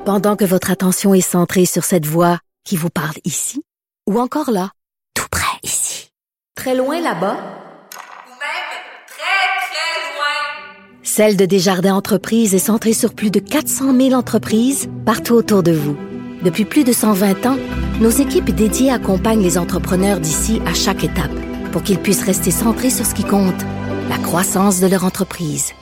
Pendant que votre attention est centrée sur cette voix qui vous parle ici, ou encore là, tout près ici, très loin là-bas, ou même très, très loin. Celle de Desjardins Entreprises est centrée sur plus de 400 000 entreprises partout autour de vous. Depuis plus de 120 ans, nos équipes dédiées accompagnent les entrepreneurs d'ici à chaque étape pour qu'ils puissent rester centrés sur ce qui compte, la croissance de leur entreprise.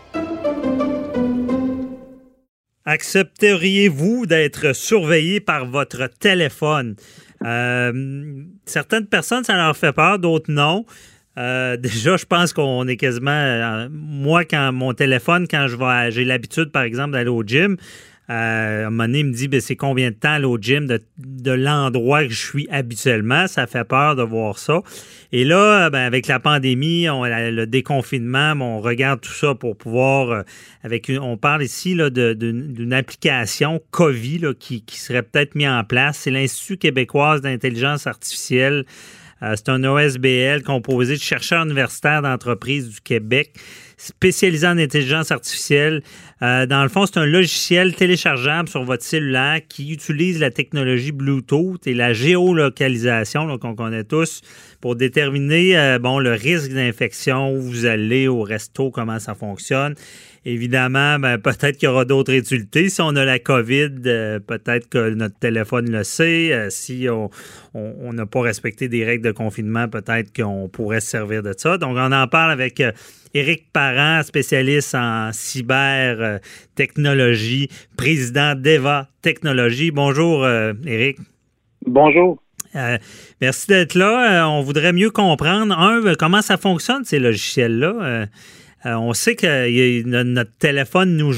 Accepteriez-vous d'être surveillé par votre téléphone? Certaines personnes, ça leur fait peur, d'autres non. Déjà, je pense qu'on est quasiment... moi, quand mon téléphone, j'ai l'habitude, par exemple, d'aller au gym, à un moment donné, il me dit c'est combien de temps aller au gym de l'endroit que je suis habituellement. Ça fait peur de voir ça. Et là, avec la pandémie, le déconfinement, on regarde tout ça pour pouvoir... on parle ici là, d'une application COVID là, qui serait peut-être mise en place. C'est l'Institut québécois d'intelligence artificielle. C'est un OSBL composé de chercheurs universitaires d'entreprises du Québec spécialisés en intelligence artificielle. Dans le fond, c'est un logiciel téléchargeable sur votre cellulaire qui utilise la technologie Bluetooth et la géolocalisation là, qu'on connaît tous pour déterminer le risque d'infection, où vous allez au resto, comment ça fonctionne. Évidemment, peut-être qu'il y aura d'autres utilités. Si on a la COVID, peut-être que notre téléphone le sait. Si on n'a pas respecté des règles de confinement, peut-être qu'on pourrait se servir de ça. Donc, on en parle avec Éric Parent, spécialiste en cybertechnologie, président d'Eva Technologies. Bonjour, Éric. Bonjour. Merci d'être là. On voudrait mieux comprendre, comment ça fonctionne, ces logiciels-là. On sait que notre téléphone nous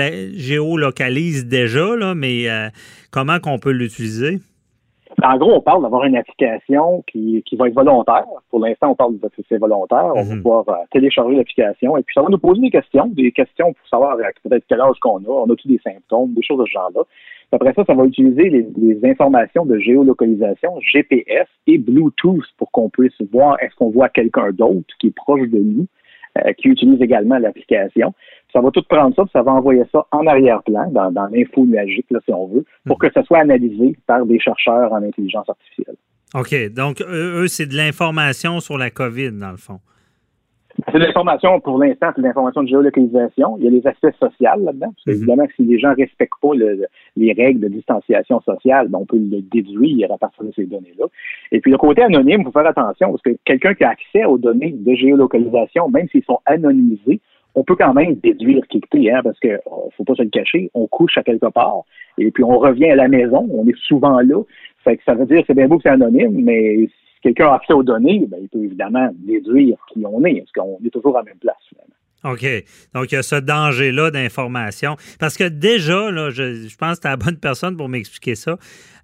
géolocalise déjà, là, mais comment qu'on peut l'utiliser? En gros, on parle d'avoir une application qui va être volontaire. Pour l'instant, on parle de c'est volontaire. On va pouvoir télécharger l'application et puis ça va nous poser des questions pour savoir peut-être quel âge qu'on a. On a tous des symptômes, des choses de ce genre-là. Après ça va utiliser les informations de géolocalisation, GPS et Bluetooth pour qu'on puisse voir est-ce qu'on voit quelqu'un d'autre qui est proche de nous, qui utilise également l'application. Ça va tout prendre ça, puis ça va envoyer ça en arrière-plan, dans l'info magique, là, si on veut, pour que ça soit analysé par des chercheurs en intelligence artificielle. OK. Donc, eux, c'est de l'information sur la COVID, dans le fond. C'est de l'information, pour l'instant, c'est de l'information de géolocalisation. Il y a les aspects sociaux là-dedans, parce qu'évidemment, si les gens ne respectent pas les règles de distanciation sociale, on peut le déduire à partir de ces données-là. Et puis, le côté anonyme, il faut faire attention, parce que quelqu'un qui a accès aux données de géolocalisation, même s'ils sont anonymisés, on peut quand même déduire qui est, parce que faut pas se le cacher, on couche à quelque part, et puis on revient à la maison, on est souvent là. Fait que ça veut dire c'est bien beau que c'est anonyme, mais si quelqu'un a accès aux données, il peut évidemment déduire qui on est, parce qu'on est toujours à la même place, finalement. OK. Donc, il y a ce danger-là d'information. Parce que déjà, là, je pense que tu es la bonne personne pour m'expliquer ça.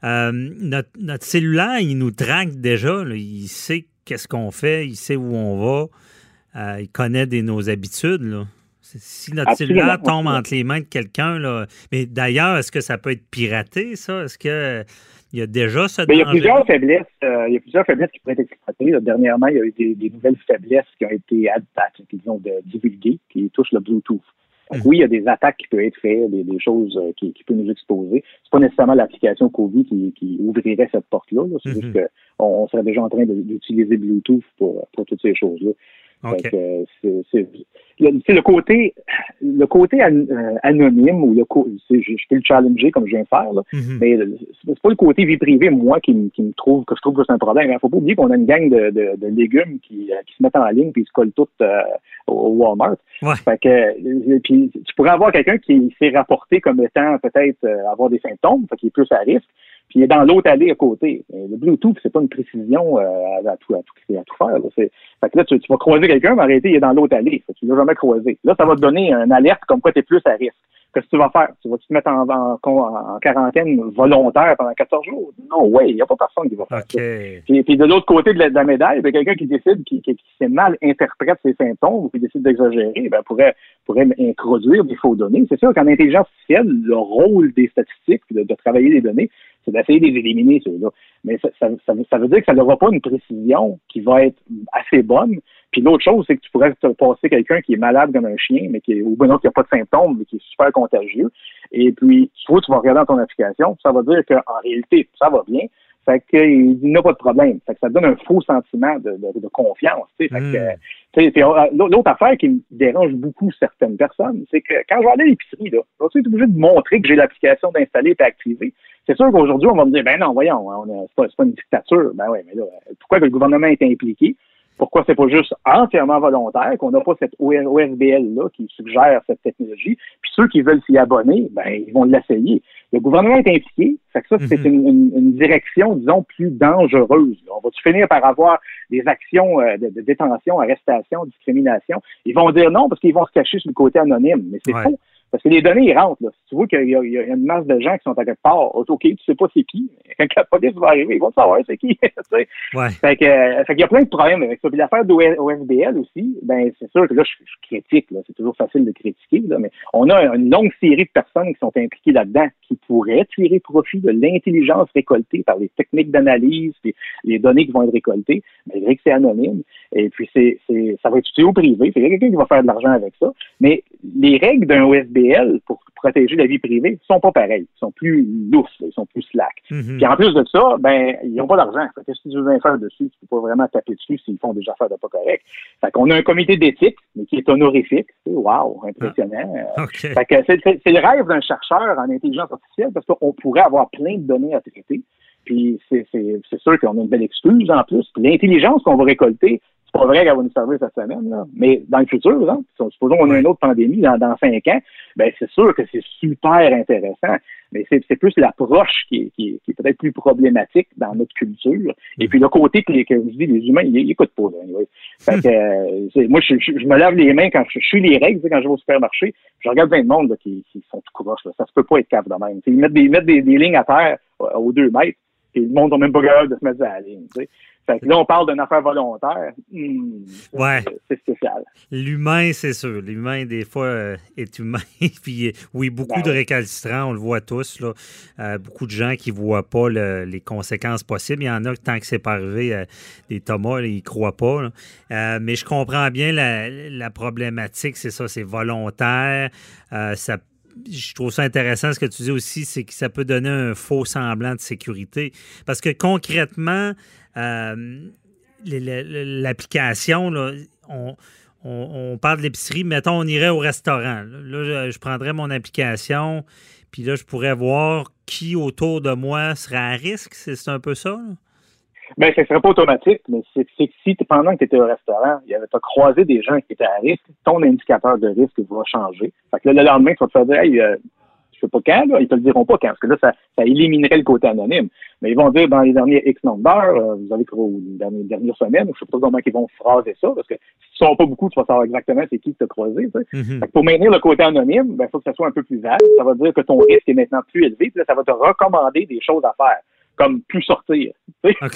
Notre cellulaire, il nous traque déjà. Là. Il sait qu'est-ce qu'on fait, il sait où on va. Il connaît nos habitudes. Là. Si notre cellulaire tombe entre les mains de quelqu'un, là, mais d'ailleurs, est-ce que ça peut être piraté, ça? Est-ce que il y a déjà ce danger? Il y a plusieurs faiblesses qui pourraient être exploitées. Là, dernièrement, il y a eu des nouvelles faiblesses qui ont été divulguées, qui touchent le Bluetooth. Donc, oui, il y a des attaques qui peuvent être faites, des choses qui peuvent nous exposer. C'est pas nécessairement l'application COVID qui ouvrirait cette porte-là. C'est juste qu'on serait déjà en train d'utiliser Bluetooth pour toutes ces choses-là. Okay. Donc, c'est le côté anonyme ou je peux le challenger comme je viens de faire, là, mais c'est pas le côté vie privée, moi, que je trouve que c'est un problème. Il faut pas oublier qu'on a une gang de légumes qui se mettent en ligne puis ils se collent toutes au Walmart. Ouais. Fait que puis tu pourrais avoir quelqu'un qui s'est rapporté comme étant peut-être avoir des symptômes, fait qu'il est plus à risque. Puis il est dans l'autre allée à côté. Le Bluetooth, c'est pas une précision à tout faire. Là. Fait que là, tu vas croiser quelqu'un, mais en réalité, il est dans l'autre allée. Fait que tu l'as jamais croisé. Là, ça va te donner une alerte comme quoi tu es plus à risque. Qu'est-ce que tu vas faire? Tu vas te mettre en quarantaine volontaire pendant 14 jours? Non, il n'y a pas personne qui va faire ça. Puis de l'autre côté de la médaille, quelqu'un qui décide, qui mal interprète ses symptômes ou qui décide d'exagérer, pourrait introduire des faux données. C'est sûr qu'en intelligence artificielle, le rôle des statistiques, de travailler les données, c'est d'essayer de les éliminer, ceux-là. Mais ça veut dire que ça n'aura pas une précision qui va être assez bonne. Puis l'autre chose, c'est que tu pourrais te passer quelqu'un qui est malade comme un chien, mais ou bien qui n'a pas de symptômes, mais qui est super contagieux. Et puis, tu vas regarder dans ton application, ça va dire qu'en réalité, ça va bien. Fait qu'il n'a pas de problème. Fait que ça te donne un faux sentiment de confiance. Fait que, l'autre affaire qui me dérange beaucoup certaines personnes, c'est que quand je vais aller à l'épicerie, là, je suis obligé de montrer que j'ai l'application d'installer et activée. C'est sûr qu'aujourd'hui, on va me dire, ben non, voyons, c'est pas une dictature. Ben oui, mais là, pourquoi que le gouvernement est impliqué? Pourquoi c'est pas juste entièrement volontaire, qu'on n'a pas cette OSBL-là qui suggère cette technologie, puis ceux qui veulent s'y abonner, ben ils vont l'essayer. Le gouvernement est impliqué, fait que ça, c'est une direction, disons, plus dangereuse. On va-tu finir par avoir des actions de détention, arrestation, discrimination? Ils vont dire non parce qu'ils vont se cacher sur le côté anonyme, mais c'est faux. Parce que les données, ils rentrent. Là. Si tu vois qu'il y a une masse de gens qui sont à quelque part, OK, tu sais pas c'est qui. Quand la police va arriver, ils vont savoir c'est qui. Fait qu'il y a plein de problèmes avec ça. Puis l'affaire de OSBL aussi, ben c'est sûr que là, je critique. Là. C'est toujours facile de critiquer, là, mais on a une longue série de personnes qui sont impliquées là-dedans qui pourraient tirer profit de l'intelligence récoltée par les techniques d'analyse, puis les données qui vont être récoltées, malgré que c'est anonyme. Et puis ça va être utilisé au privé. Il y a quelqu'un qui va faire de l'argent avec ça. Mais les règles d'un OSBL pour protéger la vie privée sont pas pareilles. Ils sont plus lousses, ils sont plus slack. Puis en plus de ça, ben ils n'ont pas d'argent. Qu'est-ce que tu veux faire dessus? Tu peux pas vraiment taper dessus s'ils font des affaires de pas correct. Fait qu'on a un comité d'éthique, mais qui est honorifique. Wow, impressionnant. Okay. Fait que c'est le rêve d'un chercheur en intelligence artificielle parce qu'on pourrait avoir plein de données à traiter. Puis c'est sûr qu'on a une belle excuse en plus. Puis l'intelligence qu'on va récolter, c'est pas vrai qu'elle va nous servir cette semaine, là. Mais dans le futur, hein, supposons qu'on a une autre pandémie dans 5 ans, ben c'est sûr que c'est super intéressant. Mais c'est plus l'approche qui est peut-être plus problématique dans notre culture. Et puis le côté que je dis, les humains, ils écoutent pas. Là, anyway. Fait que moi, je me lave les mains quand je suis les règles, quand je vais au supermarché, je regarde plein de monde là, qui sont tout croches. Ça se peut pas être capable de même. Ils mettent des lignes à terre aux 2 mètres, et le monde n'a même pas capable de se mettre à la ligne. T'sais. Fait que là, on parle d'une affaire volontaire. C'est spécial. L'humain, c'est sûr. L'humain, des fois, est humain. Puis, oui, beaucoup de récalcitrants, on le voit tous. Là. Beaucoup de gens qui ne voient pas les conséquences possibles. Il y en a, tant que c'est pas arrivé, des Thomas, ils ne croient pas. Mais je comprends bien la problématique. C'est ça, c'est volontaire. Je trouve ça intéressant. Ce que tu dis aussi, c'est que ça peut donner un faux semblant de sécurité. Parce que concrètement, l'application, là, on parle de l'épicerie, mettons, on irait au restaurant. Là, je prendrais mon application, puis là, je pourrais voir qui autour de moi serait à risque. C'est un peu ça, là? Ben, ça serait pas automatique, mais c'est que si pendant que tu étais au restaurant, tu as croisé des gens qui étaient à risque, ton indicateur de risque va changer. Fait que là, le lendemain, tu vas te faire dire, hey, je sais pas quand, là, ils te le diront pas quand, parce que là, ça éliminerait le côté anonyme. Mais ils vont dire, dans les derniers X nombre d'heures, vous avez les dernières semaines, je sais pas comment ils vont phraser ça, parce que si tu ne sont pas beaucoup, tu vas savoir exactement c'est qui t'a croisé, tu sais. Fait que pour maintenir le côté anonyme, ben, faut que ça soit un peu plus vague. Ça va dire que ton risque est maintenant plus élevé, puis là, ça va te recommander des choses à faire. Comme plus sortir. Tu sais? OK.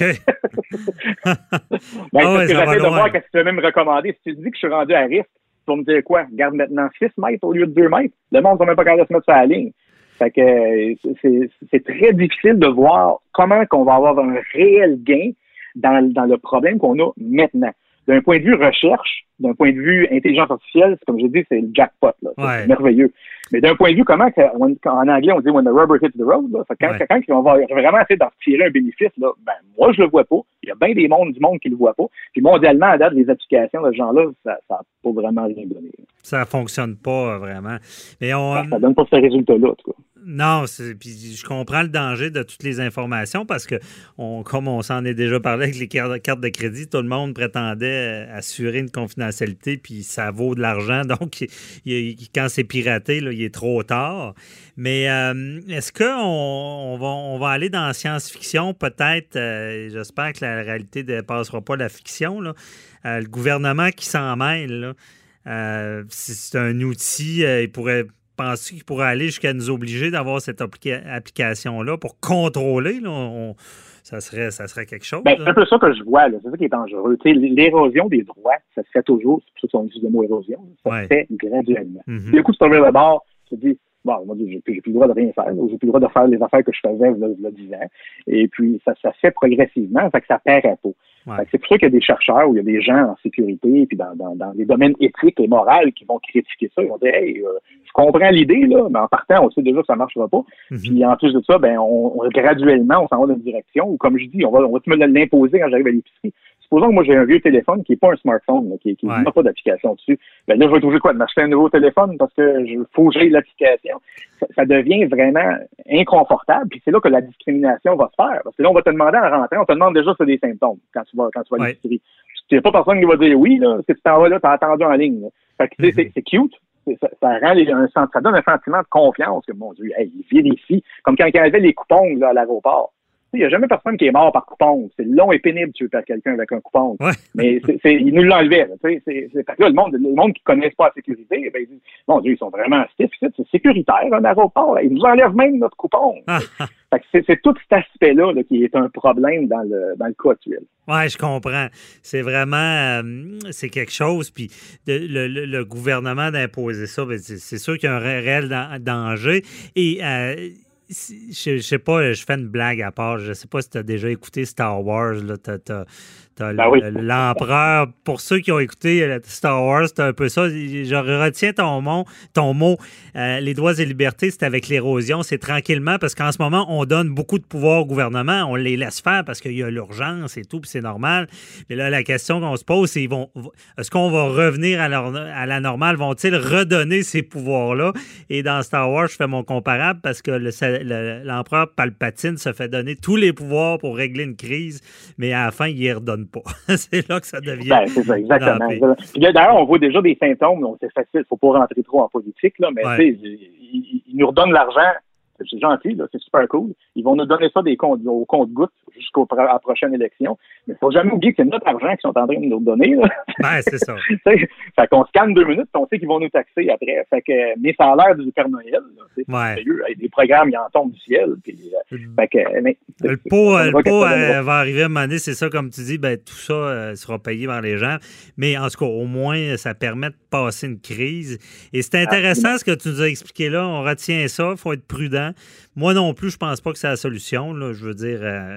Parce que j'essaie de voir qu'est-ce que tu veux même recommander. Si tu dis que je suis rendu à risque, tu vas me dire quoi? Garde maintenant 6 mètres au lieu de 2 mètres. Le monde ne va même pas capable de se mettre sur la ligne. Fait que c'est très difficile de voir comment qu'on va avoir un réel gain dans le problème qu'on a maintenant. D'un point de vue recherche, d'un point de vue intelligence artificielle, comme je dis, c'est le jackpot. Là. C'est merveilleux. Mais d'un point de vue, comment, en anglais, on dit « when the rubber hits the road », là, quand on va vraiment essayer d'en retirer un bénéfice, là, ben moi, je le vois pas. Il y a bien du monde qui le voit pas. Puis mondialement, à date, les applications de ce genre-là, ça n'a pas vraiment rien donné. Ça fonctionne pas vraiment. Mais ça donne pas ce résultat-là, en tout cas. Non, puis je comprends le danger de toutes les informations parce que, comme on s'en est déjà parlé avec les cartes de crédit, tout le monde prétendait assurer une confidentialité, puis ça vaut de l'argent. Donc, quand c'est piraté, là, il est trop tard. Mais est-ce qu'on va aller dans la science-fiction? Peut-être, j'espère que la réalité ne dépassera pas la fiction. Là. Le gouvernement qui s'en mêle, là, c'est un outil, il pourrait... Penses-tu qu'il pourrait aller jusqu'à nous obliger d'avoir cette application-là pour contrôler? Là, ça serait quelque chose? Ben, c'est un peu ça que je vois. Là. C'est ça qui est dangereux. Tu sais, l'érosion des droits, ça se fait toujours. C'est pour ça qu'on utilise le mot érosion. Ça se fait graduellement. Du coup, tu te reviens de bord, tu te dis, bon, moi, j'ai plus le droit de rien faire. J'ai plus le droit de faire les affaires que je faisais il y a 10 ans. Et puis, ça se fait progressivement. Ça fait que ça paraît pas. Ouais. C'est pour ça qu'il y a des chercheurs ou il y a des gens en sécurité puis dans les domaines éthiques et moraux qui vont critiquer ça. Ils vont dire, hey, je comprends l'idée, là, mais en partant, on sait déjà que ça marchera pas. Puis en plus de ça, ben, on graduellement, on s'en va dans une direction où, comme je dis, on va me l'imposer quand j'arrive à l'épicerie. Supposons que moi, j'ai un vieux téléphone qui n'est pas un smartphone, là, qui n'a pas d'application dessus. Ben là, je vais être obligé de m'acheter un nouveau téléphone parce que faut que j'aie l'application. Ça devient vraiment inconfortable. Puis c'est là que la discrimination va se faire. Parce que là, on va te demander en rentrant, on te demande déjà si tu as des symptômes quand tu vas à l'épicerie. Il n'y a pas personne qui va dire oui, là, parce que tu t'en vas là, tu as attendu en ligne. Là. Fait que c'est cute. Ça rend ça donne un sentiment de confiance que, mon Dieu, hey, il vérifie. Comme quand il y avait les coupons là, à l'aéroport. Il n'y a jamais personne qui est mort par coupon. C'est long et pénible de tuer quelqu'un avec un coupon. Ouais. Mais ils nous l'enlevaient. Parce que là, le monde qui ne connaissent pas la sécurité, ben, ils disent, mon Dieu, ils sont vraiment stiff. C'est sécuritaire, un aéroport. Ils nous enlèvent même notre coupon. Fait que c'est tout cet aspect-là là, qui est un problème dans le cas actuel. Oui, je comprends. C'est vraiment c'est quelque chose. Puis le gouvernement d'imposer ça, ben, c'est sûr qu'il y a un réel danger. Et je sais pas, je fais une blague à part. Je sais pas si tu as déjà écouté Star Wars. Là, l'empereur. Pour ceux qui ont écouté Star Wars, c'est un peu ça. Je retiens ton mot. Les droits et libertés, c'est avec l'érosion. C'est tranquillement parce qu'en ce moment, on donne beaucoup de pouvoir au gouvernement. On les laisse faire parce qu'il y a l'urgence et tout, puis c'est normal. Mais là, la question qu'on se pose, c'est est-ce qu'on va revenir à la normale? Vont-ils redonner ces pouvoirs-là? Et dans Star Wars, je fais mon comparable parce que l'empereur Palpatine se fait donner tous les pouvoirs pour régler une crise, mais à la fin, il les redonne pas. C'est là que ça devient. Ben, c'est ça, exactement. D'ailleurs, on voit déjà des symptômes. Donc c'est facile, il ne faut pas rentrer trop en politique, là, mais ils nous redonnent l'argent. C'est gentil, là, c'est super cool. Ils vont nous donner ça au compte-gouttes jusqu'à la prochaine élection. Mais il ne faut jamais oublier que c'est notre argent qu'ils sont en train de nous donner. Là. Ben, c'est ça. Fait qu'on se calme 2 minutes, on sait qu'ils vont nous taxer après. Fait que, mais ça a l'air du Père Noël. C'est sérieux. Des programmes, ils en tombent du ciel. Puis, fait que, le pot va arriver à un moment donné, c'est ça, comme tu dis, ben, tout ça sera payé par les gens. Mais en tout cas, au moins, ça permet de passer une crise. Et c'est intéressant ce que tu nous as expliqué là. On retient ça, il faut être prudent. Moi non plus, je pense pas que c'est la solution. Là. Je veux dire,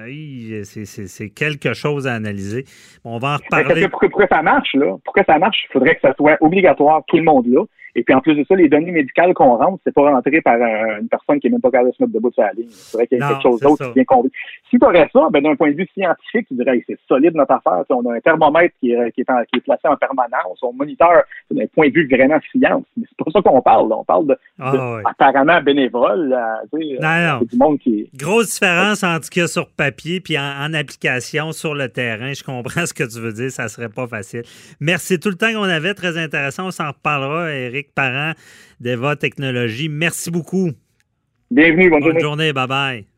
c'est quelque chose à analyser. On va en reparler. Pour que ça marche, il faudrait que ça soit obligatoire, tout le monde là. Et puis en plus de ça, les données médicales qu'on rentre, c'est pas rentré par une personne qui n'est même pas capable de se mettre debout sur la ligne. Il faudrait qu'il y ait quelque chose d'autre qui vient convaincre. Si tu aurais ça, ben, d'un point de vue scientifique, tu dirais c'est solide notre affaire. On a un thermomètre qui est placé en permanence, on moniteur d'un point de vue vraiment science. Mais c'est pas ça qu'on parle. Là. On parle de apparemment bénévole. C'est du monde qui... Grosse différence entre ce qu'il y a sur papier puis en application sur le terrain. Je comprends ce que tu veux dire. Ça serait pas facile. Merci. C'est tout le temps qu'on avait. Très intéressant. On s'en reparlera. Éric Parent d'Eva Technologies. Merci beaucoup. Bienvenue. Bonne journée. Bye-bye.